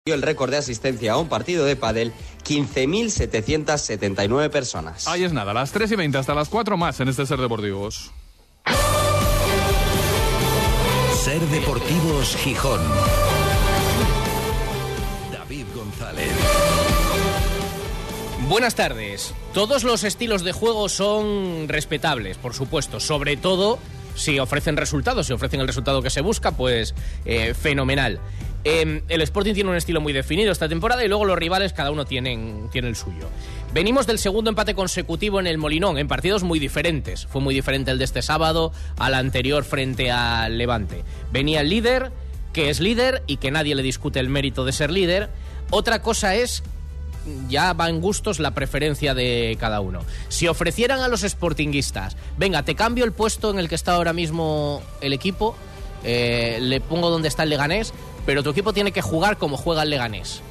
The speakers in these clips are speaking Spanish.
El récord de asistencia a un partido de pádel, 15.779 personas. Ahí es nada, las 3:20 hasta las 4 más en este Ser Deportivos. Ser Deportivos Gijón. David González. Buenas tardes. Todos los estilos de juego son respetables, por supuesto, sobre todo si ofrecen resultados, si ofrecen el resultado que se busca, pues fenomenal. El Sporting tiene un estilo muy definido esta temporada y luego los rivales cada uno tienen el suyo. Venimos del segundo empate consecutivo en el Molinón, en partidos muy diferentes. Fue muy diferente el de este sábado al anterior frente al Levante. Venía el líder, que es líder y que nadie le discute el mérito de ser líder. Otra cosa es, ya va en gustos, la preferencia de cada uno. Si ofrecieran a los sportinguistas, venga, te cambio el puesto en el que está ahora mismo el equipo, le pongo donde está el Leganés, pero tu equipo tiene que jugar como juega el Leganés.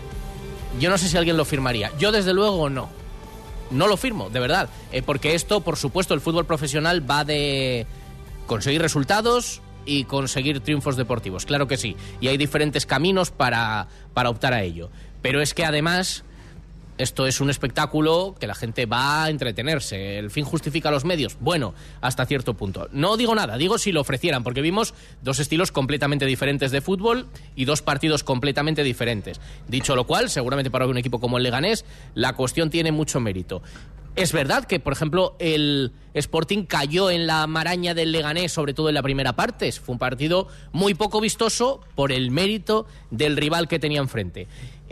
Yo no sé si alguien lo firmaría. Yo desde luego no lo firmo, de verdad, porque esto, por supuesto, el fútbol profesional va de conseguir resultados y conseguir triunfos deportivos, claro que sí, y hay diferentes caminos para optar a ello, pero es que además esto es un espectáculo que la gente va a entretenerse. ¿El fin justifica los medios? Bueno, hasta cierto punto. No digo nada, digo si lo ofrecieran, porque vimos dos estilos completamente diferentes de fútbol y dos partidos completamente diferentes. Dicho lo cual, seguramente para un equipo como el Leganés, la cuestión tiene mucho mérito. Es verdad que, por ejemplo, el Sporting cayó en la maraña del Leganés, sobre todo en la primera parte. Fue un partido muy poco vistoso por el mérito del rival que tenía enfrente.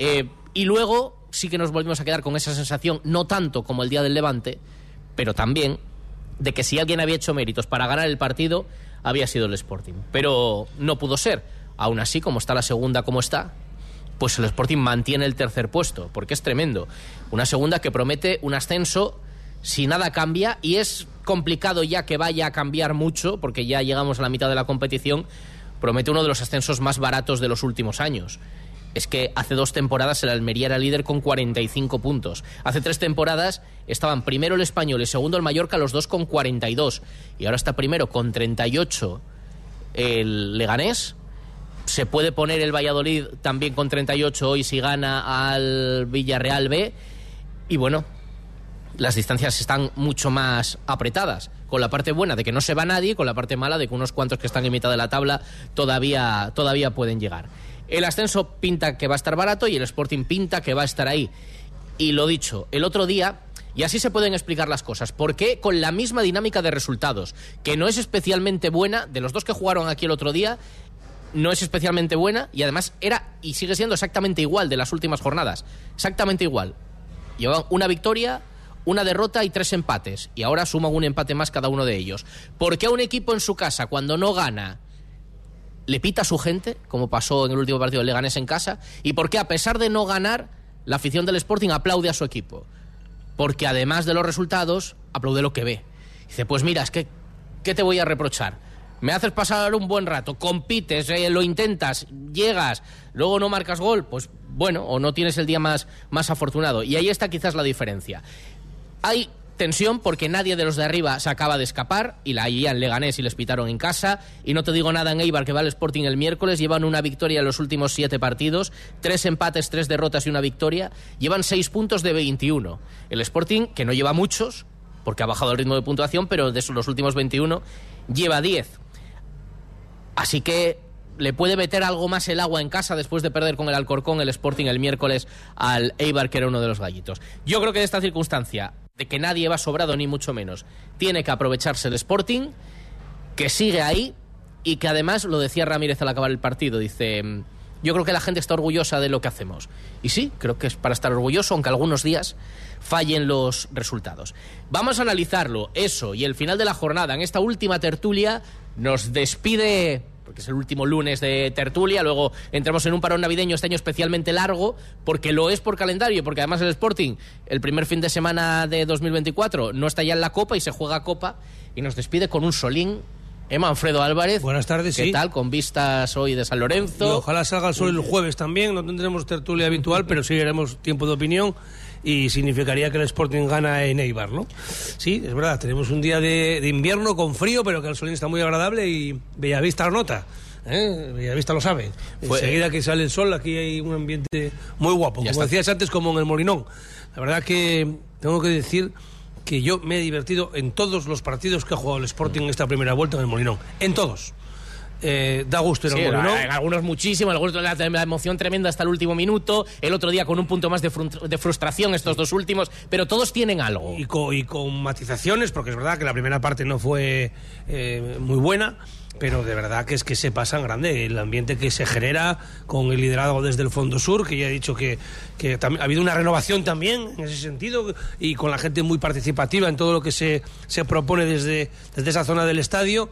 Y luego sí que nos volvimos a quedar con esa sensación, no tanto como el día del Levante, pero también de que si alguien había hecho méritos para ganar el partido, había sido el Sporting. Pero no pudo ser. Aún así, como está la segunda como está, pues el Sporting mantiene el tercer puesto, porque es tremendo. Una segunda que promete un ascenso si nada cambia, y es complicado ya que vaya a cambiar mucho, porque ya llegamos a la mitad de la competición. Promete uno de los ascensos más baratos de los últimos años. Es que hace 2 temporadas el Almería era líder con 45 puntos. Hace 3 temporadas estaban primero el Español y segundo el Mallorca, los dos con 42. Y ahora está primero con 38 el Leganés. Se puede poner el Valladolid también con 38 hoy si gana al Villarreal B. Y bueno, las distancias están mucho más apretadas, con la parte buena de que no se va nadie, con la parte mala de que unos cuantos que están en mitad de la tabla todavía pueden llegar. El ascenso pinta que va a estar barato y el Sporting pinta que va a estar ahí. Y lo dicho, el otro día, y así se pueden explicar las cosas, ¿por qué con la misma dinámica de resultados, que no es especialmente buena, de los dos que jugaron aquí el otro día, no es especialmente buena, y además era y sigue siendo exactamente igual de las últimas jornadas, exactamente igual? Llevaban una victoria, una derrota y 3 empates, y ahora suman un empate más cada uno de ellos. ¿Por qué a un equipo en su casa, cuando no gana, le pita a su gente, como pasó en el último partido del Leganés en casa? ¿Y por qué, a pesar de no ganar, la afición del Sporting aplaude a su equipo? Porque además de los resultados, aplaude lo que ve. Dice, pues mira, es que, ¿qué te voy a reprochar? Me haces pasar un buen rato, compites, lo intentas, llegas, luego no marcas gol, pues bueno, o no tienes el día más afortunado. Y ahí está quizás la diferencia. Hay tensión porque nadie de los de arriba se acaba de escapar, y la en Leganés y les pitaron en casa, y no te digo nada en Eibar, que va al Sporting el miércoles. Llevan una victoria en los últimos 7 partidos, 3 empates, 3 derrotas y una victoria. Llevan 6 puntos de 21. El Sporting, que no lleva muchos, porque ha bajado el ritmo de puntuación, pero de los últimos 21 lleva 10. Así que le puede meter algo más el agua en casa después de perder con el Alcorcón el Sporting el miércoles al Eibar, que era uno de los gallitos. Yo creo que de esta circunstancia, de que nadie va sobrado ni mucho menos, tiene que aprovecharse el Sporting, que sigue ahí, y que además, lo decía Ramírez al acabar el partido, dice, yo creo que la gente está orgullosa de lo que hacemos. Y sí, creo que es para estar orgulloso, aunque algunos días fallen los resultados. Vamos a analizarlo, eso, y el final de la jornada. En esta última tertulia nos despide, porque es el último lunes de tertulia, luego entramos en un parón navideño este año especialmente largo, porque lo es por calendario, porque además el Sporting, el primer fin de semana de 2024, no está ya en la Copa y se juega Copa, y nos despide con un solín. Manfredo Álvarez. Buenas tardes, ¿Qué tal? Con vistas hoy de San Lorenzo. Y ojalá salga el sol el jueves también, no tendremos tertulia habitual, pero sí haremos tiempo de opinión, y significaría que el Sporting gana en Eibar, ¿no? Sí, es verdad, tenemos un día de invierno con frío, pero que el sol está muy agradable, y Bellavista lo nota. Bellavista lo sabe. Enseguida que sale el sol, aquí hay un ambiente muy guapo. Como decías antes, como en el Molinón. La verdad que tengo que decir que yo me he divertido en todos los partidos que ha jugado el Sporting en esta primera vuelta en el Molinón. En todos. Da gusto ir al Molinón. En algunos muchísimo, algunos la emoción tremenda hasta el último minuto, el otro día con un punto más de frustración estos dos últimos, pero todos tienen algo. Y con matizaciones, porque es verdad que la primera parte no fue muy buena, pero de verdad que es que se pasa en grande el ambiente que se genera con el liderazgo desde el Fondo Sur, que ya he dicho que ha habido una renovación también en ese sentido, y con la gente muy participativa en todo lo que se propone desde esa zona del estadio.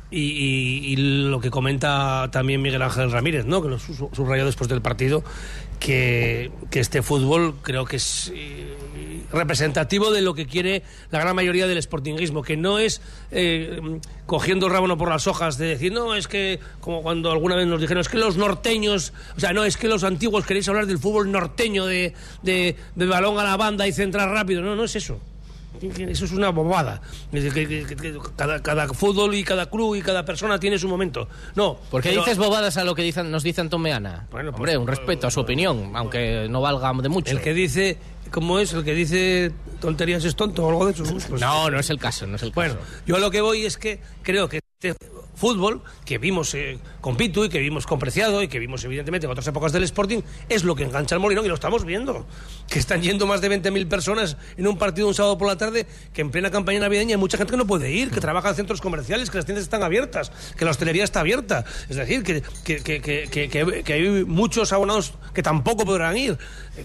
Y lo que comenta también Miguel Ángel Ramírez, ¿no? Que lo subrayó después del partido, que este fútbol creo que es representativo de lo que quiere la gran mayoría del sportinguismo, que no es cogiendo el rábano por las hojas de decir, no, es que, como cuando alguna vez nos dijeron, es que los norteños, o sea, no, es que los antiguos queréis hablar del fútbol norteño, de balón a la banda y centrar rápido. No es eso. Eso es una bobada. Cada fútbol y cada club y cada persona tiene su momento. No. ¿Por qué dices bobadas a lo que nos dice Antón Meana? Bueno, hombre, un respeto a su opinión, aunque no valga de mucho. El que dice, ¿cómo es? El que dice tonterías es tonto o algo de eso. Pues, no es el caso, Bueno, yo a lo que voy es que creo que este fútbol que vimos con Pitu y que vimos con Preciado y que vimos evidentemente en otras épocas del Sporting es lo que engancha al Molinón, y lo estamos viendo, que están yendo más de 20.000 personas en un partido un sábado por la tarde, que en plena campaña navideña hay mucha gente que no puede ir, que trabaja en centros comerciales, que las tiendas están abiertas, que la hostelería está abierta, es decir, que hay muchos abonados que tampoco podrán ir.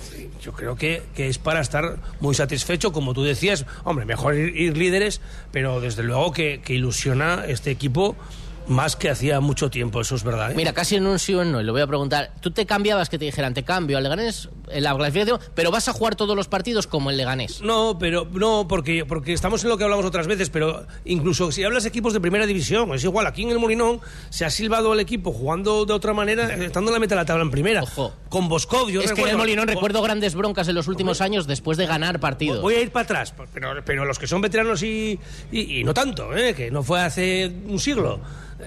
Yo creo que es para estar muy satisfecho, como tú decías, hombre, mejor ir líderes, pero desde luego que ilusiona este equipo más que hacía mucho tiempo, eso es verdad, ¿eh? Mira, casi en un sí o en no, y lo voy a preguntar. ¿Tú te cambiabas, que te dijeran, te cambio al Leganés en la clasificación, pero vas a jugar todos los partidos como el Leganés? No, porque estamos en lo que hablamos otras veces, pero incluso si hablas de equipos de primera división, es igual, aquí en el Molinón se ha silbado el equipo jugando de otra manera, estando en la meta de la tabla en primera. Ojo. Con Boscov, yo es que en el Molinón recuerdo grandes broncas en los últimos años después de ganar partidos. Voy a ir para atrás, pero los que son veteranos y no tanto, que no fue hace un siglo.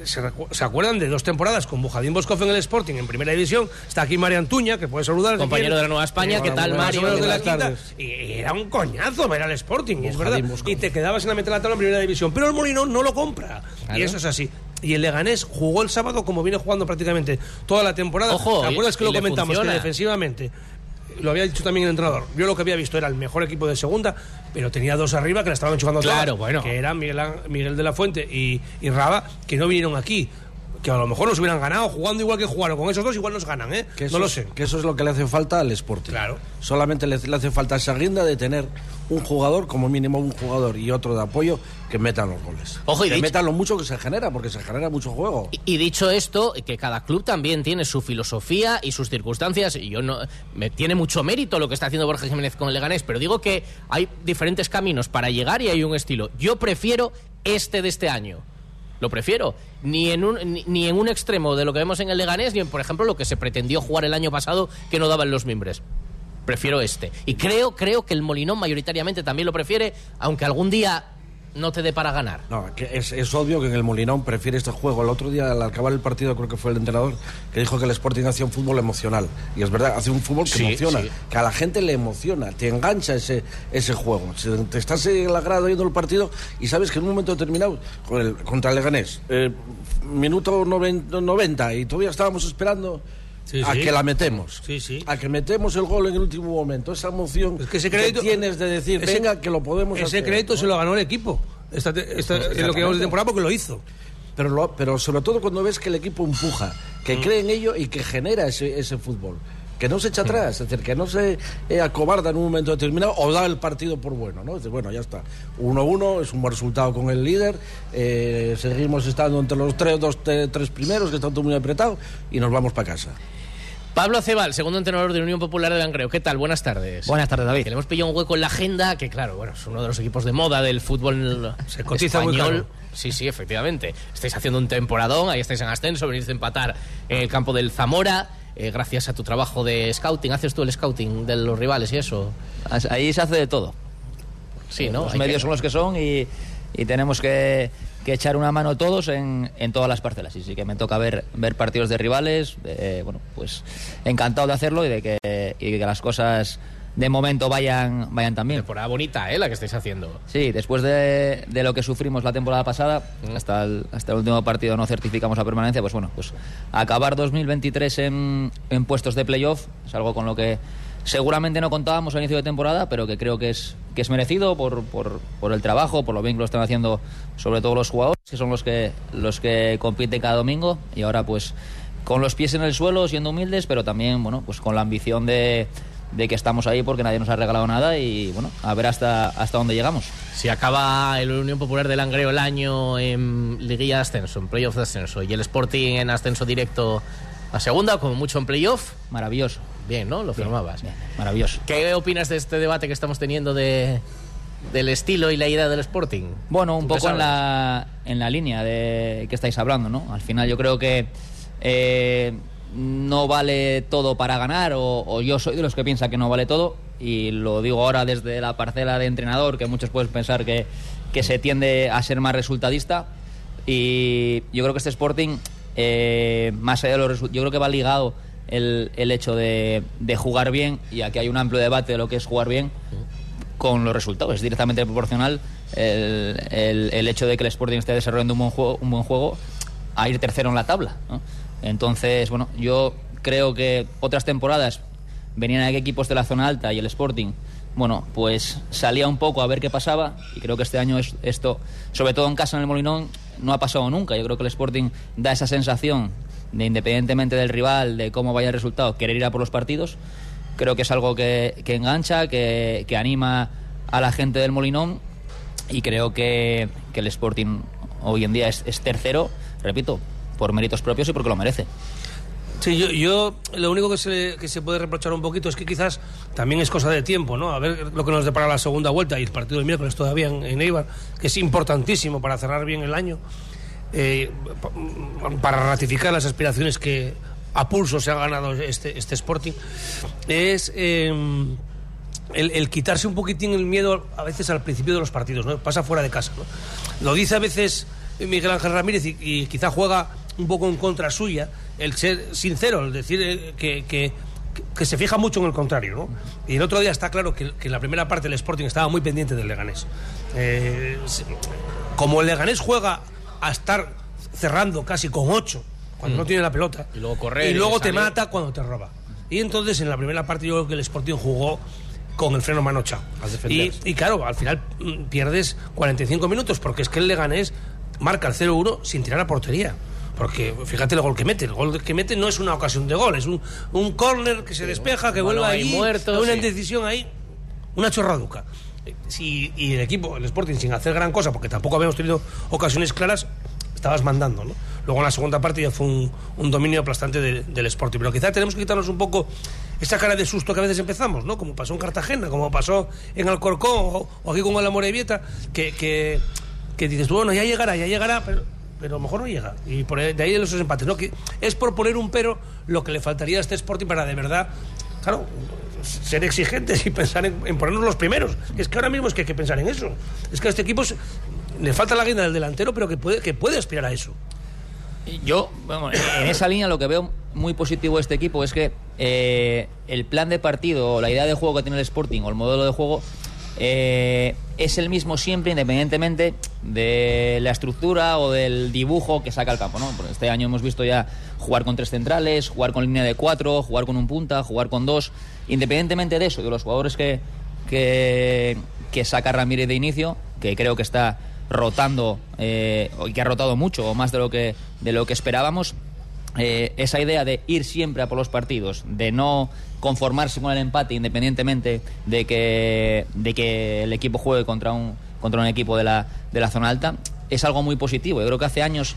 ¿Se acuerdan de 2 temporadas con Bujadín Boscov en el Sporting en primera división? Está aquí Mario Antuña, que puede saludar, compañero de la Nueva España. ¿Qué tal, Mario? De la quinta, y era un coñazo ver al Sporting, es verdad, y te quedabas en la meta de la tabla en primera división, pero el Molinón no lo compra, claro. Y eso es así. Y el Leganés jugó el sábado como viene jugando prácticamente toda la temporada. Ojo, ¿te acuerdas que lo comentamos? Funciona. Que defensivamente, lo había dicho también el entrenador, yo lo que había visto era el mejor equipo de segunda, pero tenía 2 arriba que la estaban enchufando todas, bueno, que eran Miguel de la Fuente y Raba, que no vinieron aquí, que a lo mejor nos hubieran ganado jugando igual que jugaron con esos dos, igual nos ganan, no lo sé. Que eso es lo que le hace falta al Sporting. Claro. Solamente le hace falta esa guinda de tener un jugador, como mínimo un jugador y otro de apoyo, que metan los goles. Ojo, y metan lo mucho que se genera, porque se genera mucho juego. Y dicho esto, que cada club también tiene su filosofía y sus circunstancias, y tiene mucho mérito lo que está haciendo Borja Jiménez con el Leganés, pero digo que hay diferentes caminos para llegar y hay un estilo. Yo prefiero de este año. Lo prefiero. Ni en un extremo de lo que vemos en el Leganés, ni en, por ejemplo, lo que se pretendió jugar el año pasado, que no daban los mimbres. Prefiero este. Y creo que el Molinón mayoritariamente también lo prefiere, aunque algún día no te dé para ganar. No, que es obvio que en el Molinón prefiere este juego. El otro día, al acabar el partido, creo que fue el entrenador que dijo que el Sporting hacía un fútbol emocional. Y es verdad, hace un fútbol que emociona, que a la gente le emociona, te engancha ese juego. Te estás en la grada viendo el partido y sabes que en un momento determinado, contra el Leganés, minuto 90, y todavía estábamos esperando que la metemos, a que metemos el gol en el último momento, esa emoción es que ese crédito, que tienes de decir, venga, que lo podemos hacer. Ese crédito se lo ganó el equipo, es lo que llevamos de temporada, porque lo hizo. Pero sobre todo cuando ves que el equipo empuja, que cree en ello y que genera ese fútbol, que no se echa atrás, es decir, que no se acobarda en un momento determinado o da el partido por bueno, ¿no? Es decir, bueno, ya está, 1-1, es un buen resultado con el líder, seguimos estando entre los tres primeros, que está todo muy apretado, y nos vamos para casa. Pablo Acebal, segundo entrenador de Unión Popular de Langreo. ¿Qué tal? Buenas tardes. Buenas tardes, David. Que le hemos pillado un hueco en la agenda, que claro, bueno, es uno de los equipos de moda del fútbol se cotiza español. Muy caro. Sí, efectivamente. Estáis haciendo un temporadón, ahí estáis en ascenso, venís a empatar en el campo del Zamora, gracias a tu trabajo de scouting. ¿Haces tú el scouting de los rivales y eso? Ahí se hace de todo. Sí, ¿no? Los medios son los que son y tenemos que que echar una mano todos en todas las parcelas. Y sí que me toca ver partidos de rivales, bueno, pues encantado de hacerlo y de que las cosas de momento vayan también. Temporada bonita, la que estáis haciendo. Sí, después de lo que sufrimos la temporada pasada, hasta el último partido no certificamos la permanencia, pues bueno, pues acabar 2023 en puestos de playoff es algo con lo que seguramente no contábamos al inicio de temporada, pero que creo que es merecido por el trabajo, por lo bien que lo están haciendo sobre todo los jugadores, que son los que compiten cada domingo, y ahora pues con los pies en el suelo, siendo humildes, pero también, bueno, pues con la ambición de que estamos ahí porque nadie nos ha regalado nada, y bueno, a ver hasta dónde llegamos. Si acaba el Unión Popular de Langreo el año en liguilla de ascenso, en playoff de ascenso, y el Sporting en ascenso directo a segunda, como mucho en playoff, maravilloso. Bien, ¿no? Lo firmabas. Bien, maravilloso. ¿Qué opinas de este debate que estamos teniendo del estilo y la idea del Sporting? Bueno, un poco en la línea de que estáis hablando, ¿no? Al final yo creo que no vale todo para ganar, o yo soy de los que piensa que no vale todo, y lo digo ahora desde la parcela de entrenador, que muchos pueden pensar que se tiende a ser más resultadista, y yo creo que este Sporting, más allá de los resultados, yo creo que va ligado el hecho de jugar bien, y aquí hay un amplio debate de lo que es jugar bien, con los resultados. Es directamente proporcional el hecho de que el Sporting esté desarrollando un buen juego a ir tercero en la tabla, ¿no? Entonces, bueno, yo creo que otras temporadas venían aquí equipos de la zona alta y el Sporting, bueno, pues salía un poco a ver qué pasaba, y creo que este año esto, sobre todo en casa en el Molinón, no ha pasado nunca. Yo creo que el Sporting da esa sensación de, independientemente del rival, de cómo vaya el resultado, querer ir a por los partidos. Creo que es algo que engancha, que anima a la gente del Molinón, y creo que el Sporting hoy en día es tercero, repito, por méritos propios y porque lo merece. Sí, yo lo único que se puede reprochar un poquito es que quizás también es cosa de tiempo, ¿no? A ver lo que nos depara la segunda vuelta y el partido del miércoles todavía en Eibar, que es importantísimo para cerrar bien el año, para ratificar las aspiraciones que a pulso se ha ganado este Sporting, es el quitarse un poquitín el miedo a veces al principio de los partidos, ¿no? Pasa fuera de casa, ¿no? Lo dice a veces Miguel Ángel Ramírez, y quizá juega un poco en contra suya, el ser sincero, el decir que se fija mucho en el contrario, ¿no? Y el otro día está claro que en la primera parte el Sporting estaba muy pendiente del Leganés. Como el Leganés juega a estar cerrando casi con 8 cuando no tiene la pelota, y luego correr, y luego te mata cuando te roba. Y entonces en la primera parte yo creo que el Sporting jugó con el freno mano echado. Y claro, al final pierdes 45 minutos, porque es que el Leganés marca el 0-1 sin tirar a portería. Porque fíjate el gol que mete. El gol que mete no es una ocasión de gol, es un córner que se despeja, que vuelve ahí, muerto, una indecisión ahí, una chorraduca. Y el equipo, el Sporting, sin hacer gran cosa, porque tampoco habíamos tenido ocasiones claras, estabas mandando, ¿no? Luego en la segunda parte ya fue un dominio aplastante del Sporting. Pero quizá tenemos que quitarnos un poco esa cara de susto que a veces empezamos, ¿no? Como pasó en Cartagena, como pasó en Alcorcón, o aquí con el Amorebieta, que dices, bueno, ya llegará, pero a lo mejor no llega. Y de ahí esos empates, ¿no? Que es por poner un pero lo que le faltaría a este Sporting para de verdad, claro, ser exigentes y pensar en ponernos los primeros. Es que ahora mismo es que hay que pensar en eso. Es que a este equipo le falta la guinda del delantero, pero que puede aspirar a eso. Yo, bueno, en esa línea lo que veo muy positivo de este equipo es que el plan de partido, o la idea de juego que tiene el Sporting, o el modelo de juego, es el mismo siempre, independientemente de la estructura o del dibujo que saca el campo, ¿no? Porque este año hemos visto ya jugar con 3 centrales, jugar con línea de 4, jugar con un punta, jugar con 2. Independientemente de eso, de los jugadores que saca Ramírez de inicio, que creo que está rotando, y que ha rotado mucho, o más de lo que esperábamos, esa idea de ir siempre a por los partidos, de no conformarse con el empate independientemente de que el equipo juegue contra un equipo de la zona alta, es algo muy positivo. Yo creo que hace años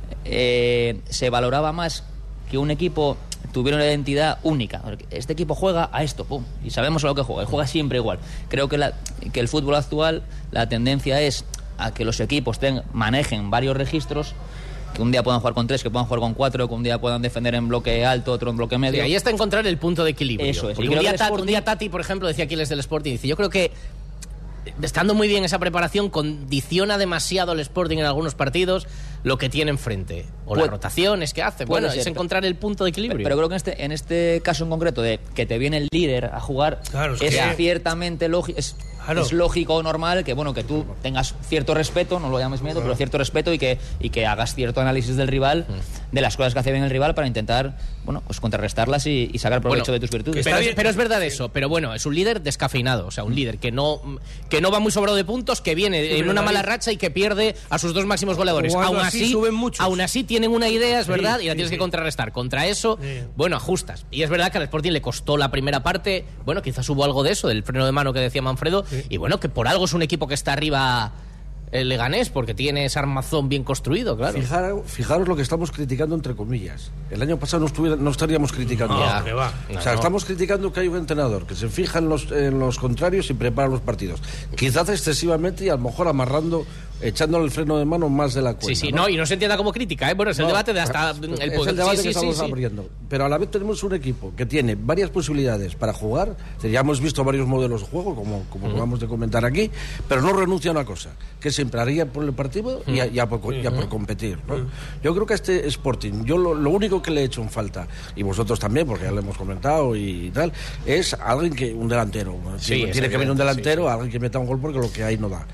se valoraba más que un equipo tuviera una identidad única. Este equipo juega a esto, pum, y sabemos a lo que juega siempre igual. Creo que el fútbol actual, la tendencia es a que los equipos manejen varios registros, que un día puedan jugar con 3, que puedan jugar con 4, que un día puedan defender en bloque alto, otro en bloque medio. Sí, ahí está encontrar el punto de equilibrio. Eso es. Porque un día Tati, por ejemplo, decía Aquiles del Sporting, dice, yo creo que estando muy bien esa preparación, condiciona demasiado el Sporting en algunos partidos lo que tiene enfrente. O las rotaciones que hace. Bueno, es encontrar el punto de equilibrio. Pero creo que en este caso en concreto, de que te viene el líder a jugar, es ciertamente lógico. Es lógico o normal que, bueno, que tú tengas cierto respeto, no lo llames miedo, pero cierto respeto y que hagas cierto análisis del rival, de las cosas que hace bien el rival, para intentar, bueno, pues contrarrestarlas y sacar provecho de tus virtudes. Pero es verdad eso, pero bueno, es un líder descafeinado, o sea, un líder que no va muy sobrado de puntos, que viene en una mala racha y que pierde a sus dos máximos goleadores. Aún así tienen una idea, es verdad, y la tienes que contrarrestar. Contra eso, bueno, ajustas. Y es verdad que al Sporting le costó la primera parte, bueno, quizás hubo algo de eso, del freno de mano que decía Manfredo, y bueno, que por algo es un equipo que está arriba el Leganés, porque tiene ese armazón bien construido, claro. Fijaros lo que estamos criticando, entre comillas. El año pasado no estaríamos criticando. Estamos criticando que hay un entrenador que se fija en los contrarios y prepara los partidos. Quizás excesivamente y a lo mejor echándole el freno de mano más de la cuenta. Sí, ¿no? Y no se entienda como crítica, ¿eh? Bueno, es el debate de hasta el poder. Es el debate que estamos abriendo. Pero a la vez tenemos un equipo que tiene varias posibilidades para jugar. Ya hemos visto varios modelos de juego, como acabamos de comentar aquí, pero no renuncia a una cosa, que siempre haría por el partido y a por competir, ¿no? Yo creo que este Sporting, yo lo único que le he hecho en falta, y vosotros también, porque ya lo hemos comentado y tal, es un delantero. Tiene que venir un delantero, alguien que meta un gol, porque lo que hay no da.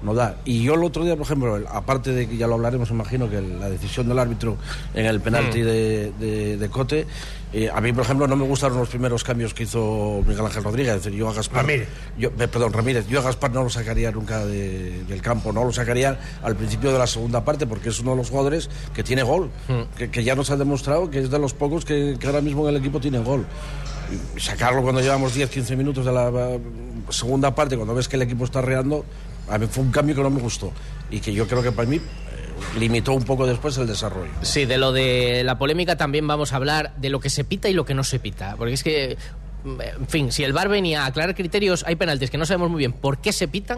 Y yo el otro día, por ejemplo, aparte de que ya lo hablaremos, imagino, que la decisión del árbitro en el penalti de Cote, a mí, por ejemplo, no me gustaron los primeros cambios que hizo Miguel Ángel Rodríguez. Es decir, yo a Gaspar Ramírez, yo a Gaspar no lo sacaría nunca del campo, no lo sacaría al principio de la segunda parte, porque es uno de los jugadores que tiene gol, que ya nos ha demostrado que es de los pocos que ahora mismo en el equipo tienen gol. Sacarlo cuando llevamos 10-15 minutos de la segunda parte, cuando ves que el equipo está reando, a mí fue un cambio que no me gustó y que yo creo que para mí limitó un poco después el desarrollo. Sí, de lo de la polémica también vamos a hablar, de lo que se pita y lo que no se pita, porque es que, en fin, si el VAR venía a aclarar criterios, hay penaltis que no sabemos muy bien por qué se pitan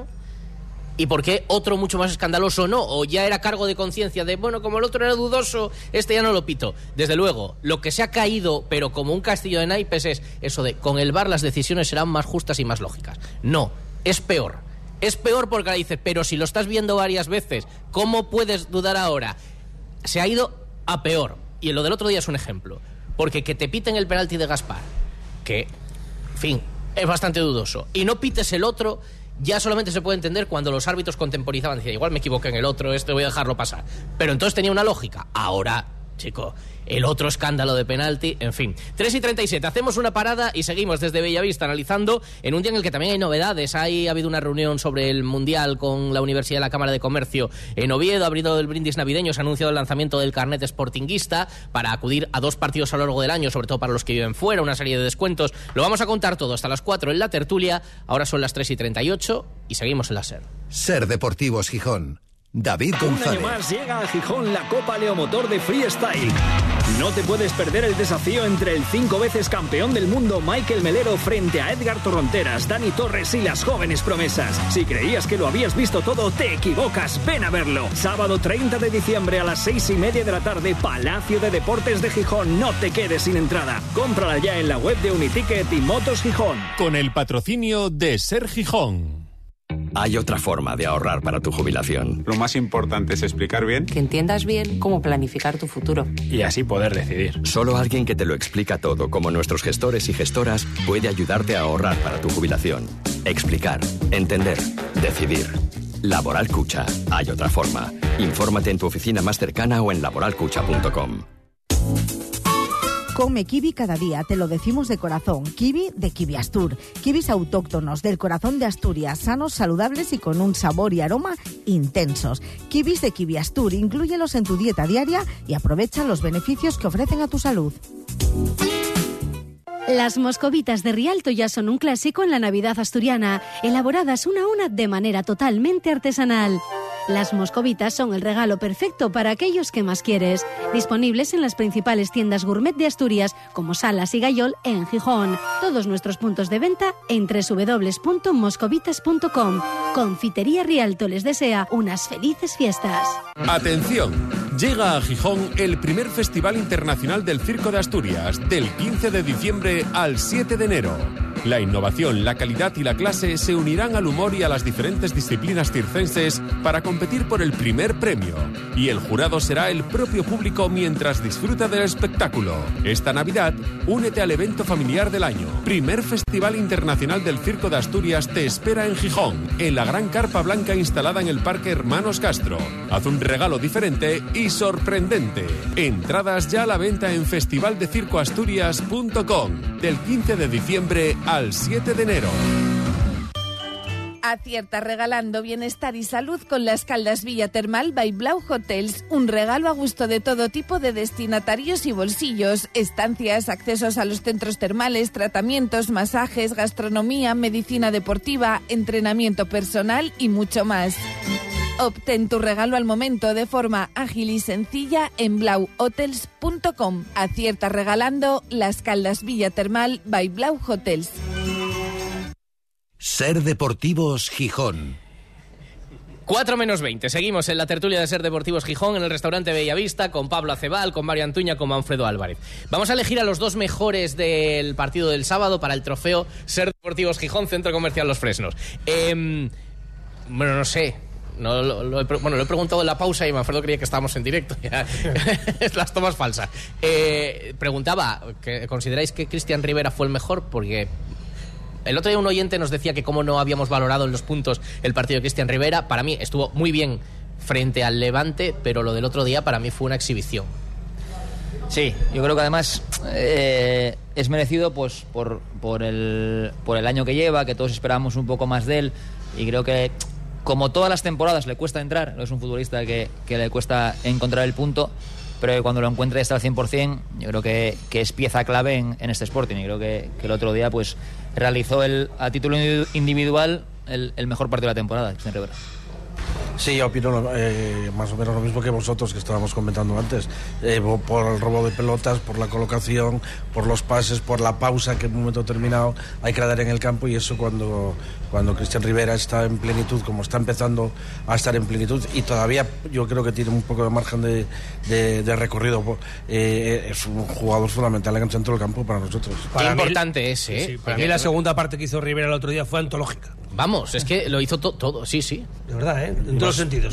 y por qué otro mucho más escandaloso no, o ya era cargo de conciencia de, bueno, como el otro era dudoso, este ya no lo pito. Desde luego, lo que se ha caído, pero como un castillo de naipes, es eso de, con el VAR las decisiones serán más justas y más lógicas. No, es peor. Es peor porque ahora dices, pero si lo estás viendo varias veces, ¿cómo puedes dudar ahora? Se ha ido a peor. Y lo del otro día es un ejemplo. Porque que te piten el penalti de Gaspar, que, en fin, es bastante dudoso, y no pites el otro, ya solamente se puede entender cuando los árbitros contemporizaban. Decían, igual me equivoqué en el otro, voy a dejarlo pasar. Pero entonces tenía una lógica. Ahora, chico, el otro escándalo de penalti, en fin. 3:37, hacemos una parada y seguimos desde Bellavista analizando en un día en el que también hay novedades. Ha habido una reunión sobre el Mundial con la Universidad de la Cámara de Comercio en Oviedo, ha abrido el brindis navideño, se ha anunciado el lanzamiento del carnet sportinguista para acudir a 2 partidos a lo largo del año, sobre todo para los que viven fuera, una serie de descuentos. Lo vamos a contar todo hasta las 4 en la tertulia. Ahora son las 3:38 y seguimos en la SER. SER Deportivos Gijón. David González. Un año más llega a Gijón la Copa Leomotor de Freestyle. No te puedes perder el desafío entre el 5 veces campeón del mundo Michael Melero frente a Edgar Torronteras, Dani Torres y las jóvenes promesas. Si creías que lo habías visto todo, te equivocas. Ven a verlo. Sábado 30 de diciembre a las 6:30 de la tarde, Palacio de Deportes de Gijón. No te quedes sin entrada. Cómprala ya en la web de Uniticket y Motos Gijón. Con el patrocinio de SER Gijón. Hay otra forma de ahorrar para tu jubilación. Lo más importante es explicar bien. Que entiendas bien cómo planificar tu futuro. Y así poder decidir. Solo alguien que te lo explica todo, como nuestros gestores y gestoras, puede ayudarte a ahorrar para tu jubilación. Explicar, entender, decidir. Laboral Cucha. Hay otra forma. Infórmate en tu oficina más cercana o en laboralcucha.com. Come kiwi cada día, te lo decimos de corazón. Kiwi de Kiwi Astur. Kiwis autóctonos del corazón de Asturias, sanos, saludables y con un sabor y aroma intensos. Kiwis de Kiwi Astur, inclúyelos en tu dieta diaria y aprovecha los beneficios que ofrecen a tu salud. Las moscovitas de Rialto ya son un clásico en la Navidad asturiana, elaboradas una a una de manera totalmente artesanal. Las moscovitas son el regalo perfecto para aquellos que más quieres. Disponibles en las principales tiendas gourmet de Asturias, como Salas y Gayol en Gijón. Todos nuestros puntos de venta en www.moscovitas.com. Confitería Rialto les desea unas felices fiestas. Atención, llega a Gijón el primer Festival Internacional del Circo de Asturias, del 15 de diciembre al 7 de enero. La innovación, la calidad y la clase se unirán al humor y a las diferentes disciplinas circenses para competir por el primer premio. Y el jurado será el propio público mientras disfruta del espectáculo. Esta Navidad, únete al evento familiar del año. Primer Festival Internacional del Circo de Asturias te espera en Gijón, en la gran carpa blanca instalada en el Parque Hermanos Castro. Haz un regalo diferente y sorprendente. Entradas ya a la venta en festivaldecircoasturias.com del 15 de diciembre al 7 de enero. Acierta regalando bienestar y salud con las Caldas Villa Termal by Blau Hotels. Un regalo a gusto de todo tipo de destinatarios y bolsillos. Estancias, accesos a los centros termales, tratamientos, masajes, gastronomía, medicina deportiva, entrenamiento personal y mucho más. Obtén tu regalo al momento de forma ágil y sencilla en blauhotels.com. Acierta regalando las Caldas Villa Termal by Blau Hotels. Ser Deportivos Gijón. 4 menos 20. Seguimos en la tertulia de Ser Deportivos Gijón en el restaurante Bellavista con Pablo Acebal, con Mario Antuña, con Manfredo Álvarez. Vamos a elegir a los 2 mejores del partido del sábado para el trofeo Ser Deportivos Gijón, Centro Comercial Los Fresnos. Bueno, no sé. Lo he preguntado en la pausa y Manfredo creía que estábamos en directo. Las tomas falsas. Preguntaba, ¿consideráis que Cristian Rivera fue el mejor? Porque el otro día un oyente nos decía que cómo no habíamos valorado en los puntos el partido de Cristian Rivera. Para mí estuvo muy bien frente al Levante, pero lo del otro día para mí fue una exhibición. Sí, yo creo que además es merecido pues por el año que lleva, que todos esperábamos un poco más de él, y creo que como todas las temporadas le cuesta entrar, no es un futbolista que le cuesta encontrar el punto, pero que cuando lo encuentra y está al 100%, yo creo que es pieza clave en este Sporting, y creo que el otro día pues realizó a título individual el mejor partido de la temporada, Cristian Rivera. Sí, yo opino más o menos lo mismo que vosotros, que estábamos comentando antes, por el robo de pelotas, por la colocación, por los pases, por la pausa que en un momento determinado hay que dar en el campo, y eso cuando Cristian Rivera está en plenitud, como está empezando a estar en plenitud, y todavía yo creo que tiene un poco de margen de recorrido, es un jugador fundamental en el centro del campo para nosotros. Qué importante es, ¿eh? Sí, para mí la segunda parte que hizo Rivera el otro día fue antológica. Vamos, es que lo hizo todo, sí. De verdad, en todos los sentidos.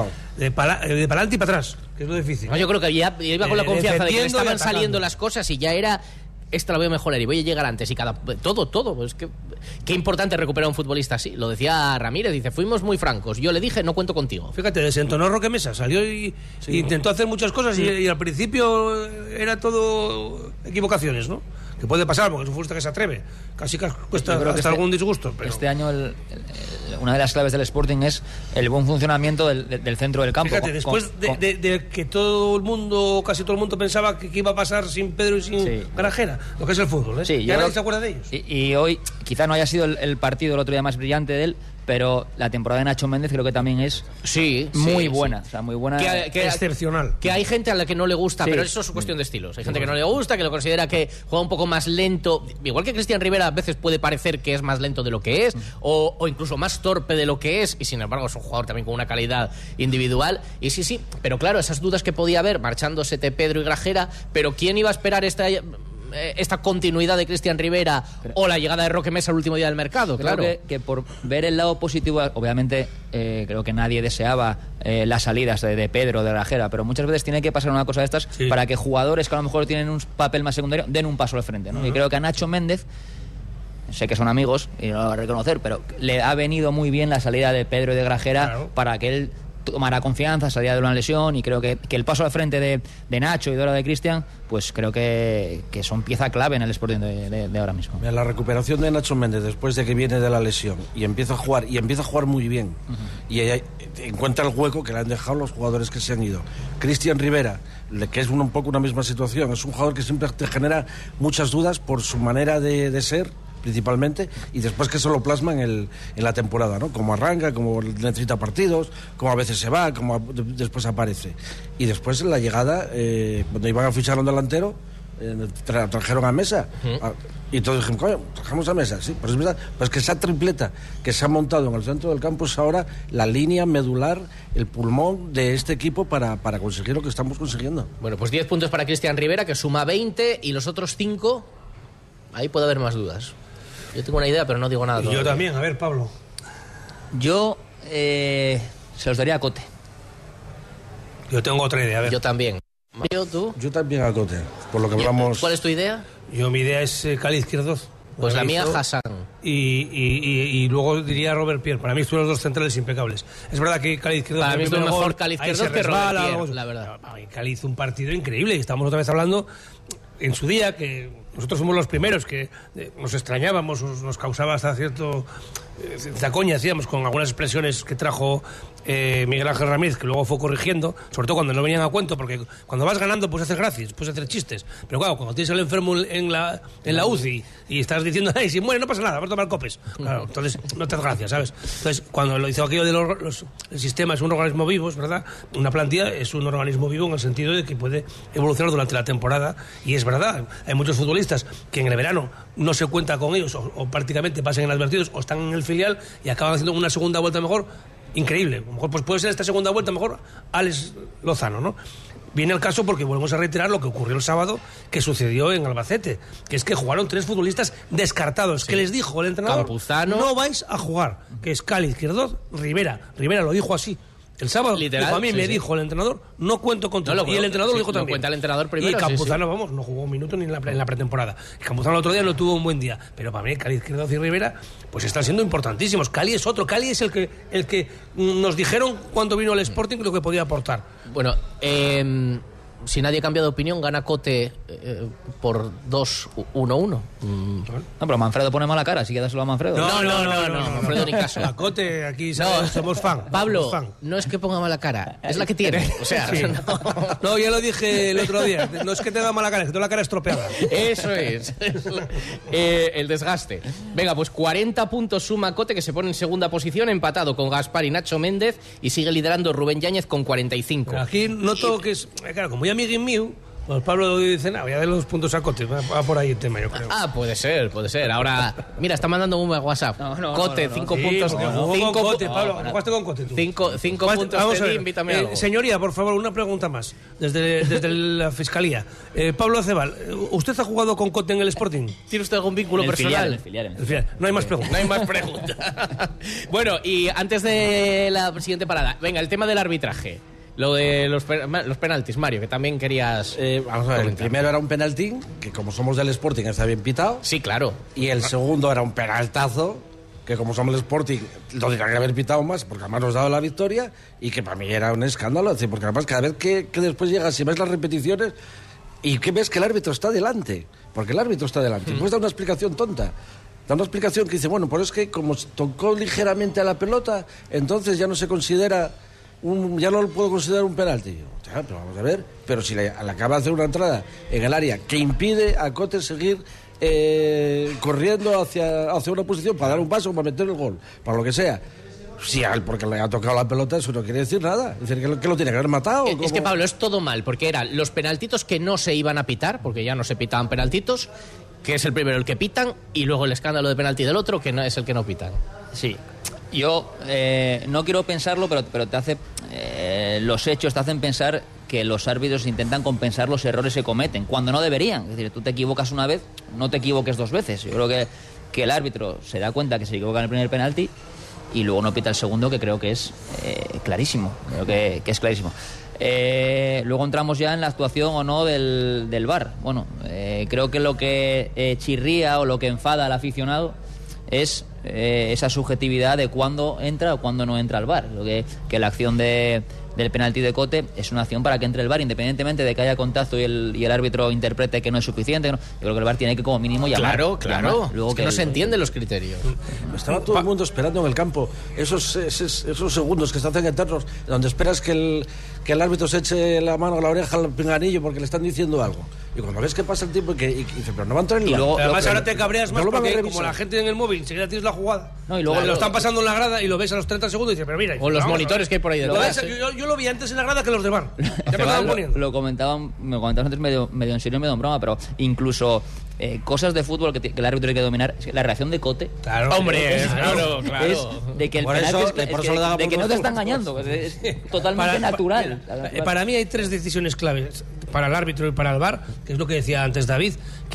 De para adelante y para atrás, que es lo difícil. No, yo creo que ya iba con la confianza de que le estaban saliendo las cosas y ya era... Esta la voy a mejorar y voy a llegar antes y todo. Pues qué importante recuperar a un futbolista así. Lo decía Ramírez, dice, fuimos muy francos. Yo le dije, no cuento contigo. Fíjate, desentonó Roque Mesa, salió y intentó hacer muchas cosas y al principio era todo equivocaciones, ¿no? Que puede pasar, porque es un futbolista que se atreve. Casi cuesta hasta algún disgusto. Pero... Este año una de las claves del Sporting es el buen funcionamiento del centro del campo. Fíjate, después de que todo el mundo, casi todo el mundo pensaba que iba a pasar sin Pedro y sin Grajera, lo que es el fútbol, ¿eh? Sí, ya nadie se acuerda de ellos. Y hoy quizá no haya sido el partido el otro día más brillante de él, pero la temporada de Nacho Méndez creo que también es muy buena. O sea, muy buena. Excepcional. Que hay gente a la que no le gusta, pero eso es cuestión de estilos. Hay gente que no le gusta, que lo considera que juega un poco más lento. Igual que Cristian Rivera a veces puede parecer que es más lento de lo que es, o incluso más torpe de lo que es, y sin embargo es un jugador también con una calidad individual. Y sí, pero claro, esas dudas que podía haber marchándose Pedro y Grajera, pero ¿quién iba a esperar esta continuidad de Cristian Rivera o la llegada de Roque Mesa el último día del mercado? Claro que por ver el lado positivo, obviamente creo que nadie deseaba las salidas de Pedro, de Grajera, pero muchas veces tiene que pasar una cosa de estas para que jugadores que a lo mejor tienen un papel más secundario den un paso al frente, ¿no? Y creo que a Nacho Méndez, sé que son amigos y no lo va a reconocer, pero le ha venido muy bien la salida de Pedro y de Grajera para que él tomara confianza, salía de una lesión, y creo que el paso al frente de Nacho y de ahora de Cristian, pues creo que son pieza clave en el Sporting de ahora mismo. La recuperación de Nacho Méndez después de que viene de la lesión y empieza a jugar muy bien, y encuentra el hueco que le han dejado los jugadores que se han ido. Cristian Rivera, que es un poco una misma situación, es un jugador que siempre te genera muchas dudas por su manera de ser, principalmente, y después que eso lo plasma en la temporada, ¿no? Como arranca, como necesita partidos, como a veces se va, como después aparece. Y después en la llegada, cuando iban a fichar a un delantero, trajeron a Mesa, y todos dijimos, coño, trajamos a Mesa, sí, pero es verdad, pues que esa tripleta que se ha montado en el centro del campo es ahora la línea medular, el pulmón de este equipo para conseguir lo que estamos consiguiendo. Bueno, pues 10 puntos para Cristian Rivera, que suma 20, y los otros 5, ahí puede haber más dudas. Yo tengo una idea, pero no digo nada. Y yo también, a ver, Pablo. Yo se los daría a Cote. Yo tengo otra idea, a ver. Yo también. Mario, ¿tú? Yo también a Cote, por lo que hablamos. ¿Cuál es tu idea? Mi idea es Cali Izquierdoz. Pues la mía, Hassan. Y luego diría Robert Pierre. Para mí estuvieron los dos centrales impecables. Es verdad que Cali Izquierdoz... Para mí es mejor Cali Izquierdoz que Robert Pierre, la verdad. Cali hizo un partido increíble. Y estamos otra vez hablando en su día que nosotros fuimos los primeros que nos extrañábamos, nos causaba hasta cierta coña, decíamos, con algunas expresiones que trajo Miguel Ángel Ramírez, que luego fue corrigiendo, sobre todo cuando no venían a cuento, porque cuando vas ganando pues haces gracias, pues hacer chistes, pero claro, cuando tienes al enfermo en la UCI y estás diciendo, ay, si muere no pasa nada, vamos a tomar copes, claro, entonces no te haces gracias, ¿sabes? Entonces, cuando lo hizo aquello de el sistema es un organismo vivo, es verdad, una plantilla es un organismo vivo en el sentido de que puede evolucionar durante la temporada, y es verdad, hay muchos futbolistas que en el verano no se cuenta con ellos o prácticamente pasan inadvertidos o están en el filial y acaban haciendo una segunda vuelta mejor, increíble. A lo mejor pues puede ser esta segunda vuelta mejor Alex Lozano, ¿no? Viene el caso porque volvemos a reiterar lo que ocurrió el sábado, que sucedió en Albacete, que es que jugaron 3 futbolistas descartados, que les dijo el entrenador, Campuzano, no vais a jugar, que es Cali Izquierdoz, Rivera lo dijo así. El sábado, literal, a mí me dijo el entrenador, no cuento contigo. Y el entrenador lo dijo también. Cuenta el entrenador primero. Y Campuzano, vamos, no jugó un minuto ni en la pretemporada. Y Campuzano el otro día no tuvo un buen día. Pero para mí, Cali Izquierdoz y Rivera, pues están siendo importantísimos. Cali es otro. Cali es el que nos dijeron cuando vino al Sporting lo que podía aportar. Bueno, si nadie cambia de opinión, gana Cote por 2-1-1. No, pero Manfredo pone mala cara, así que dáselo a Manfredo. No, Manfredo ni caso. A Cote, aquí somos fan. Pablo, no es que ponga mala cara, es la que tiene. O sea, sí. No, ya lo dije el otro día. No es que tenga mala cara, es que tengo la cara estropeada. Eso es. El desgaste. Venga, pues 40 puntos suma Cote, que se pone en segunda posición, empatado con Gaspar y Nacho Méndez, y sigue liderando Rubén Yáñez con 45. Pero aquí noto que es... Claro, como ya amiguín mío, pues Pablo dice, voy a dar los puntos a Cote, va por ahí el tema, yo creo. Puede ser. Ahora, mira, está mandando un WhatsApp. Cote, 5 puntos. Cote, Pablo, jugaste con Cote tú. 5 puntos de invítame algo. Señoría, por favor, una pregunta más, desde la Fiscalía. Pablo Acebal, ¿usted ha jugado con Cote en el Sporting? ¿Tiene usted algún vínculo personal? El filial. No hay más preguntas. No hay más preguntas. Bueno, y antes de la siguiente parada, venga, el tema del arbitraje. Lo de los penaltis, Mario, que también querías... vamos a ver, el primero era un penalti, que como somos del Sporting está bien pitado. Sí, claro. Y el segundo era un penaltazo, que como somos del Sporting lo tendrían que haber pitado más, porque además nos daba la victoria, y que para mí era un escándalo. Es decir, porque además cada vez que después llegas y ves las repeticiones y que ves que el árbitro está delante, porque el árbitro está delante, pues da una explicación tonta. Da una explicación que dice, bueno, pero es que como tocó ligeramente a la pelota, entonces ya no se considera... ya no lo puedo considerar un penalti. Pero vamos a ver, pero si le acaba de hacer una entrada en el área que impide a Cote seguir corriendo hacia una posición para dar un paso, para meter el gol, para lo que sea. Si porque le ha tocado la pelota, eso no quiere decir nada. Es decir, que lo tiene que haber matado. Es que, Pablo, es todo mal, porque eran los penaltitos que no se iban a pitar, porque ya no se pitaban penaltitos, que es el primero el que pitan, y luego el escándalo de penalti del otro, que no es el que no pitan. Sí. Yo no quiero pensarlo, pero te hace los hechos te hacen pensar que los árbitros intentan compensar los errores que cometen, cuando no deberían. Es decir, tú te equivocas una vez, no te equivoques 2 veces. Yo creo que el árbitro se da cuenta que se equivoca en el primer penalti y luego no pita el segundo, que creo que es clarísimo. Creo que es clarísimo. Luego entramos ya en la actuación o no del VAR. Bueno, creo que lo que chirría o lo que enfada al aficionado es esa subjetividad de cuándo entra o cuándo no entra el VAR. Lo que la acción del penalti de Cote es una acción para que entre el VAR, independientemente de que haya contacto y el árbitro interprete que no es suficiente. ¿No? Yo creo que el VAR tiene que como mínimo llamar. Claro. Luego que no se entienden los criterios. Estaba todo el mundo esperando en el campo esos segundos que se hacen eternos, donde esperas que el árbitro se eche la mano a la oreja al pinganillo porque le están diciendo algo. Y cuando ves que pasa el tiempo y dice, pero no va a entrar en el VAR. Además ahora te cabreas más porque como la gente en el móvil enseguida tienes la jugada. No, y luego lo están pasando en la grada y lo ves a los 30 segundos y dices, pero mira. O los monitores que hay por ahí detrás. Yo lo vi antes en la grada que los de VAR. Ya me estaban poniendo. Me lo comentaban antes medio en serio y medio en broma, pero incluso cosas de fútbol que el árbitro tiene que dominar. La reacción de Cote. Claro, hombre, claro. Es de que el penalti de que no te está engañando. Es totalmente natural. Para mí hay 3 decisiones claves para el árbitro y para el VAR, que es lo que decía antes David, que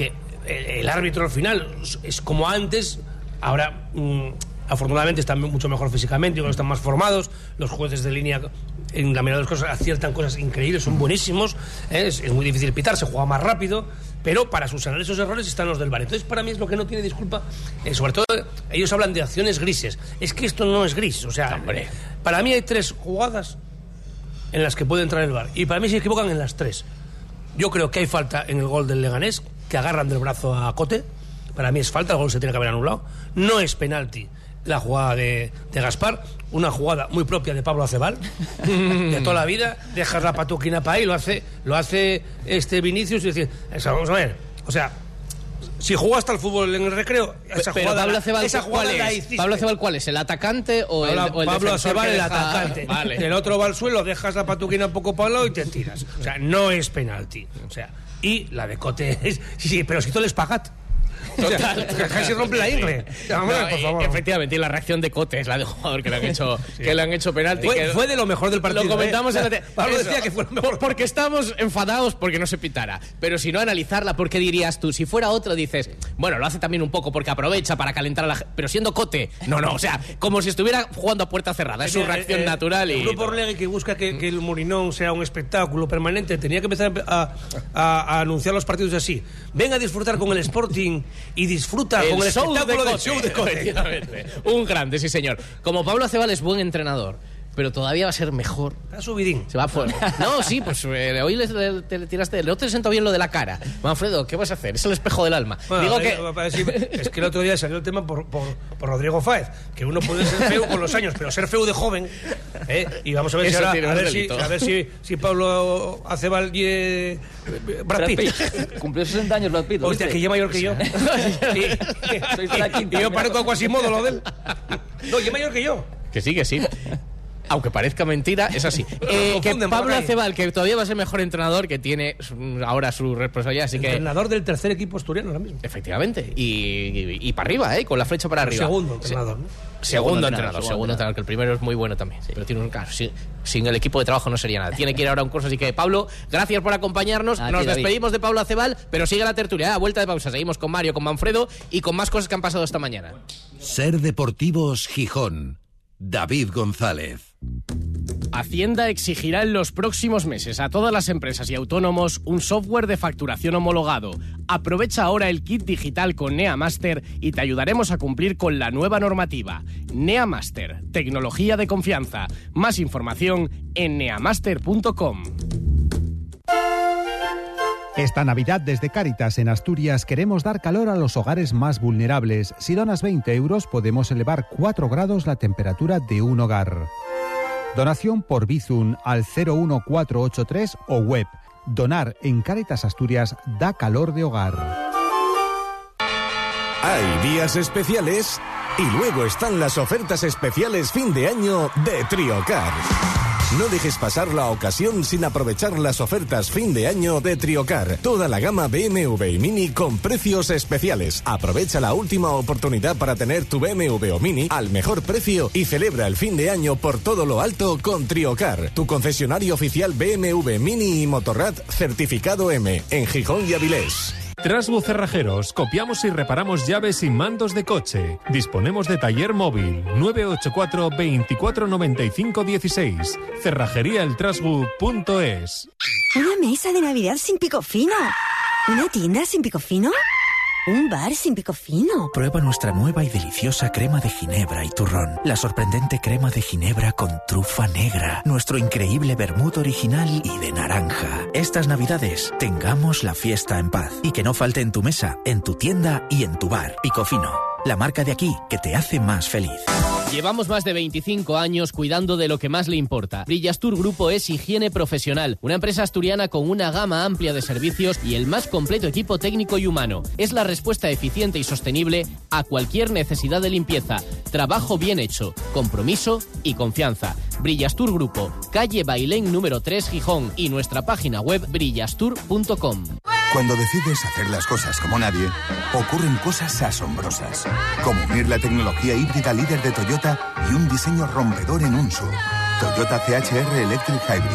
el árbitro al final es como antes. Ahora afortunadamente están mucho mejor físicamente, están más formados, los jueces de línea en la mayoría de las cosas aciertan cosas increíbles, son buenísimos, es muy difícil pitar, se juega más rápido, pero para subsanar esos errores están los del VAR. Entonces para mí es lo que no tiene disculpa, sobre todo ellos hablan de acciones grises, es que esto no es gris, o sea, para mí hay 3 jugadas en las que puede entrar el VAR y para mí se equivocan en las 3. Yo creo que hay falta en el gol del Leganés, que agarran del brazo a Cote, para mí es falta, el gol se tiene que haber anulado, no es penalti la jugada de Gaspar, una jugada muy propia de Pablo Acebal de toda la vida, dejas la patuquina para ahí, lo hace Vinicius y decir, vamos a ver, o sea, si jugaste al fútbol en el recreo, esa pero jugada, Pablo Acebal, esa jugada ¿cuál la es? hiciste. ¿Pablo Acebal cuál es? ¿El atacante o el Pablo Acebal, el deja... atacante. Vale. El otro va al suelo, dejas la patuquina un poco para el lado y te tiras. O sea, no es penalti. O sea, y la de Cote es... Sí, pero si tú les pagat. Total, casi rompe la ingle. Por favor. Efectivamente, y la reacción de Cote es la de jugador que le han hecho penalti. Fue de lo mejor del partido. Lo comentamos en la Pablo decía que fue lo mejor. Porque estamos enfadados porque no se pitara. Pero si no, analizarla, ¿por qué dirías tú? Si fuera otro, dices, bueno, lo hace también un poco porque aprovecha para calentar a la gente. Pero siendo Cote, no, o sea, como si estuviera jugando a puerta cerrada. Es su reacción natural. El grupo Orlegui, que busca que el Molinón sea un espectáculo permanente, tenía que empezar a anunciar los partidos así. Ven a disfrutar con el Sporting y disfruta con el espectáculo del show de Cote. Un grande, sí señor. Como Pablo Acebal es buen entrenador, pero todavía va a ser mejor. Está subidín. Se va fuera. No, sí, pues hoy le tiraste. No te sentó bien lo de la cara. Manfredo, ¿qué vas a hacer? Es el espejo del alma. Bueno, es que el otro día salió el tema por Rodrigo Fáez, que uno puede ser feo con los años, pero ser feo de joven. Y vamos a ver, a ver si Pablo Acebal y Brad Pitt. Cumplió 60 años Brad Pitt. Hostia, que ya mayor que yo. Y yo parezco a Quasimodo, lo de él. No, ya mayor que yo. Que sí. Aunque parezca mentira, es así. Que Pablo Acebal, que todavía va a ser mejor entrenador, que tiene ahora su responsabilidad, así entrenador del tercer equipo asturiano ahora mismo. Efectivamente. Y para arriba, con la flecha para arriba. Segundo entrenador, ¿no? Segundo entrenador, que el primero es muy bueno también. Sí. Pero tiene un caso. Sin el equipo de trabajo no sería nada. Tiene que ir ahora a un curso. Así que, Pablo, gracias por acompañarnos. Nos despedimos de Pablo Acebal, pero sigue la tertulia. A vuelta de pausa. Seguimos con Mario, con Manfredo y con más cosas que han pasado esta mañana. Ser Deportivos Gijón. David González. Hacienda exigirá en los próximos meses a todas las empresas y autónomos un software de facturación homologado. Aprovecha ahora el kit digital con NeaMaster y te ayudaremos a cumplir con la nueva normativa. NeaMaster, tecnología de confianza. Más información en neamaster.com. Esta Navidad desde Cáritas en Asturias queremos dar calor a los hogares más vulnerables. Si donas 20 euros podemos elevar 4 grados la temperatura de un hogar. Donación por Bizum al 01483 o web. Donar en Cáritas Asturias da calor de hogar. Hay días especiales y luego están las ofertas especiales fin de año de Triocar. No dejes pasar la ocasión sin aprovechar las ofertas fin de año de Triocar. Toda la gama BMW y Mini con precios especiales. Aprovecha la última oportunidad para tener tu BMW o Mini al mejor precio y celebra el fin de año por todo lo alto con Triocar, tu concesionario oficial BMW Mini y Motorrad certificado M en Gijón y Avilés. Trasbu Cerrajeros, copiamos y reparamos llaves y mandos de coche. Disponemos de taller móvil 984 24 95 16. Cerrajeríaeltrasbu.es. Una mesa de Navidad sin pico fino. Una tienda sin pico fino. Un bar sin pico fino. Prueba nuestra nueva y deliciosa crema de ginebra y turrón. La sorprendente crema de ginebra con trufa negra. Nuestro increíble vermut original y de naranja. Estas Navidades, tengamos la fiesta en paz. Y que no falte en tu mesa, en tu tienda y en tu bar. Pico Fino, la marca de aquí que te hace más feliz. Llevamos más de 25 años cuidando de lo que más le importa. Brillastur Grupo es higiene profesional, una empresa asturiana con una gama amplia de servicios y el más completo equipo técnico y humano. Es la respuesta eficiente y sostenible a cualquier necesidad de limpieza. Trabajo bien hecho, compromiso y confianza. Brillastur Grupo, calle Bailén número 3 Gijón y nuestra página web brillastur.com. Cuando decides hacer las cosas como nadie, ocurren cosas asombrosas, como unir la tecnología híbrida líder de Toyota y un diseño rompedor en un SUV. Toyota CHR Electric Hybrid,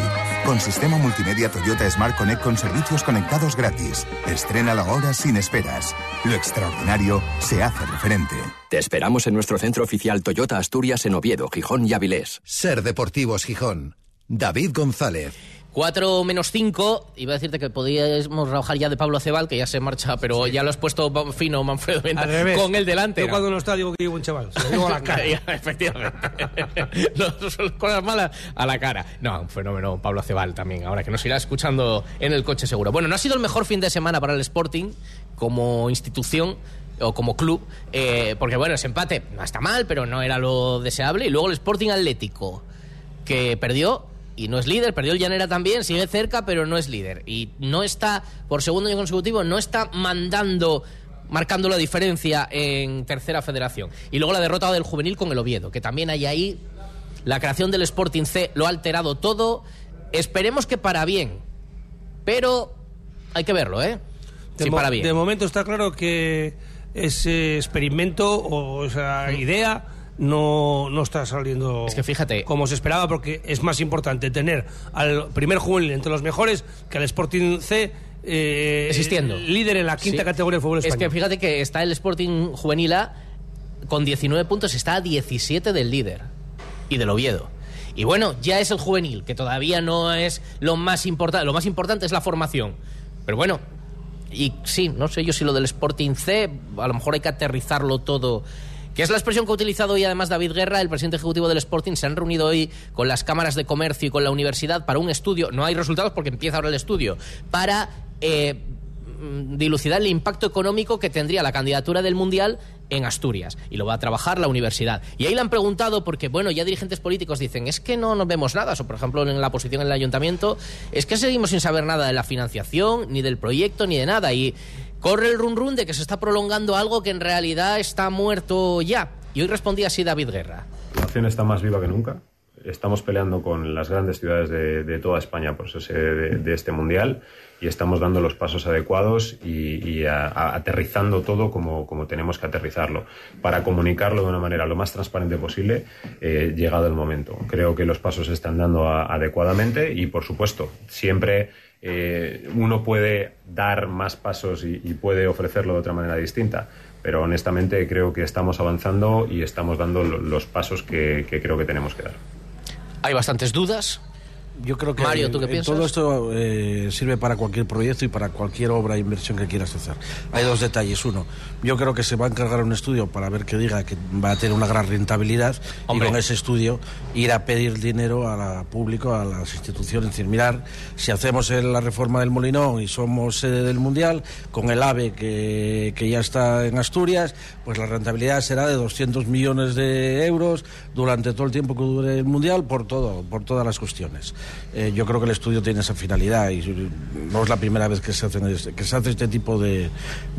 Con sistema multimedia Toyota Smart Connect con servicios conectados gratis. Estrénalo ahora sin esperas. Lo extraordinario se hace referente. Te esperamos en nuestro centro oficial Toyota Asturias en Oviedo, Gijón y Avilés. Ser Deportivos Gijón. David González. 4 menos 5, iba a decirte que podíamos trabajar ya de Pablo Acebal, que ya se marcha, pero sí, ya lo has puesto fino, Manfredo Venta, con el delante. Yo cuando no está digo que llevo un chaval, se lo digo a la cara. Efectivamente. Las cosas malas a la cara. No, un fenómeno Pablo Acebal también, ahora que nos irá escuchando en el coche seguro. Bueno, no ha sido el mejor fin de semana para el Sporting como institución o como club, porque bueno, ese empate no está mal, pero no era lo deseable. Y luego el Sporting Atlético, que perdió y no es líder, perdió el Llanera también, sigue cerca, pero no es líder. Y no está, por segundo año consecutivo, no está marcando la diferencia en tercera federación. Y luego la derrota del Juvenil con el Oviedo, que también hay ahí. La creación del Sporting C lo ha alterado todo. Esperemos que para bien, pero hay que verlo, ¿eh? Sí, para bien. De momento está claro que ese experimento o esa idea no está saliendo, es que fíjate, como se esperaba, porque es más importante tener al primer juvenil entre los mejores que al Sporting C existiendo líder en la quinta categoría del fútbol español. Es que fíjate que está el Sporting Juvenil A con 19 puntos, está a 17 del líder y del Oviedo. Y bueno, ya es el juvenil, que todavía no es lo más importante. Lo más importante es la formación. Pero bueno, y sí, no sé yo si lo del Sporting C, a lo mejor hay que aterrizarlo todo, que es la expresión que ha utilizado hoy además David Guerra, el presidente ejecutivo del Sporting. Se han reunido hoy con las cámaras de comercio y con la universidad para un estudio. No hay resultados porque empieza ahora el estudio, para dilucidar el impacto económico que tendría la candidatura del Mundial en Asturias, y lo va a trabajar la universidad. Y ahí le han preguntado, porque bueno, ya dirigentes políticos dicen, es que no nos vemos nada, o por ejemplo en la posición en el ayuntamiento, es que seguimos sin saber nada de la financiación, ni del proyecto, ni de nada, y corre el run de que se está prolongando algo que en realidad está muerto ya. Y hoy respondía así David Guerra. La acción está más viva que nunca. Estamos peleando con las grandes ciudades de toda España por ser sede de este Mundial, y estamos dando los pasos adecuados y aterrizando todo como tenemos que aterrizarlo, para comunicarlo de una manera lo más transparente posible, llegado el momento. Creo que los pasos se están dando adecuadamente y, por supuesto, siempre uno puede dar más pasos y puede ofrecerlo de otra manera distinta, pero honestamente creo que estamos avanzando y estamos dando los pasos que creo que tenemos que dar. Hay bastantes dudas. Yo creo que Mario, ¿tú qué piensas? Todo esto sirve para cualquier proyecto y para cualquier obra e inversión que quieras hacer. Hay dos detalles. Uno, yo creo que se va a encargar un estudio para ver que diga que va a tener una gran rentabilidad. Hombre. Y con ese estudio ir a pedir dinero al público, a las instituciones. Es decir, mirar si hacemos la reforma del Molinón y somos sede del Mundial, con el AVE que ya está en Asturias, pues la rentabilidad será de 200 millones de euros durante todo el tiempo que dure el Mundial, por todas las cuestiones. Yo creo que el estudio tiene esa finalidad y no es la primera vez que se hace este tipo de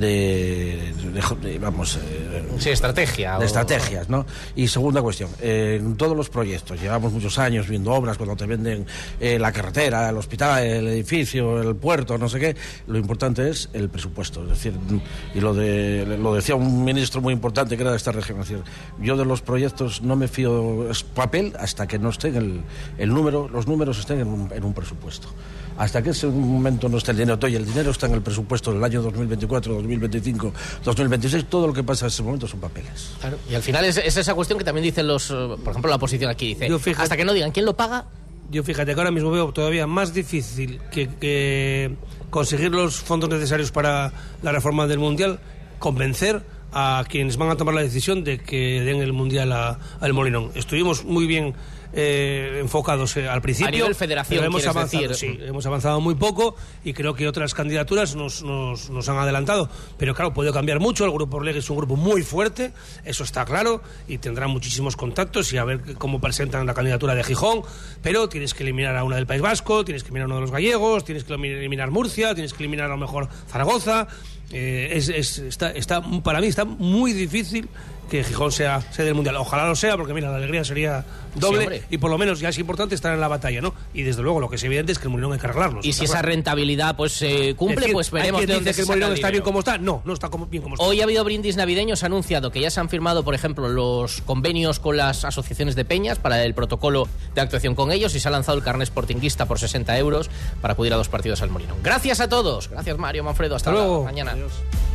estrategias, ¿no? Y segunda cuestión, en todos los proyectos llevamos muchos años viendo obras, cuando te venden la carretera, el hospital, el edificio, el puerto, no sé qué, lo importante es el presupuesto. Es decir, y lo decía un ministro muy importante que era de esta región, es decir, yo de los proyectos no me fío, es papel hasta que no esté los números estén en un presupuesto. Hasta que ese momento no esté el dinero, y el dinero está en el presupuesto del año 2024, 2025, 2026, todo lo que pasa en ese momento son papeles. Claro, y al final es esa cuestión que también dicen por ejemplo, la oposición aquí dice, hasta que no digan quién lo paga. Yo fíjate que ahora mismo veo todavía más difícil que conseguir los fondos necesarios para la reforma del Mundial, convencer a quienes van a tomar la decisión de que den el Mundial al Molinón. Estuvimos muy bien enfocados al principio. A nivel federación, hemos avanzado, hemos avanzado muy poco y creo que otras candidaturas nos han adelantado. Pero claro, puede cambiar mucho. El Grupo Orleg es un grupo muy fuerte, eso está claro, y tendrá muchísimos contactos y a ver cómo presentan la candidatura de Gijón. Pero tienes que eliminar a una del País Vasco, tienes que eliminar a uno de los gallegos, tienes que eliminar Murcia, tienes que eliminar a lo mejor Zaragoza. Para mí está muy difícil que Gijón sea sede del Mundial. Ojalá lo sea, porque mira, la alegría sería doble, sí, y por lo menos ya es importante estar en la batalla, ¿no? Y desde luego lo que es evidente es que el Molinón hay que arreglarlo. Y si esa rentabilidad pues cumple, decir, pues veremos hay de quien dónde dice que el se saca Molinón el está dinero. bien como está. No está bien como está. Hoy ha habido brindis navideños, ha anunciado que ya se han firmado, por ejemplo, los convenios con las asociaciones de peñas para el protocolo de actuación con ellos, y se ha lanzado el carnet sportinguista por 60 euros para acudir a 2 partidos al Molinón. Gracias a todos. Gracias, Mario, Manfredo. Hasta luego. Mañana. Adiós.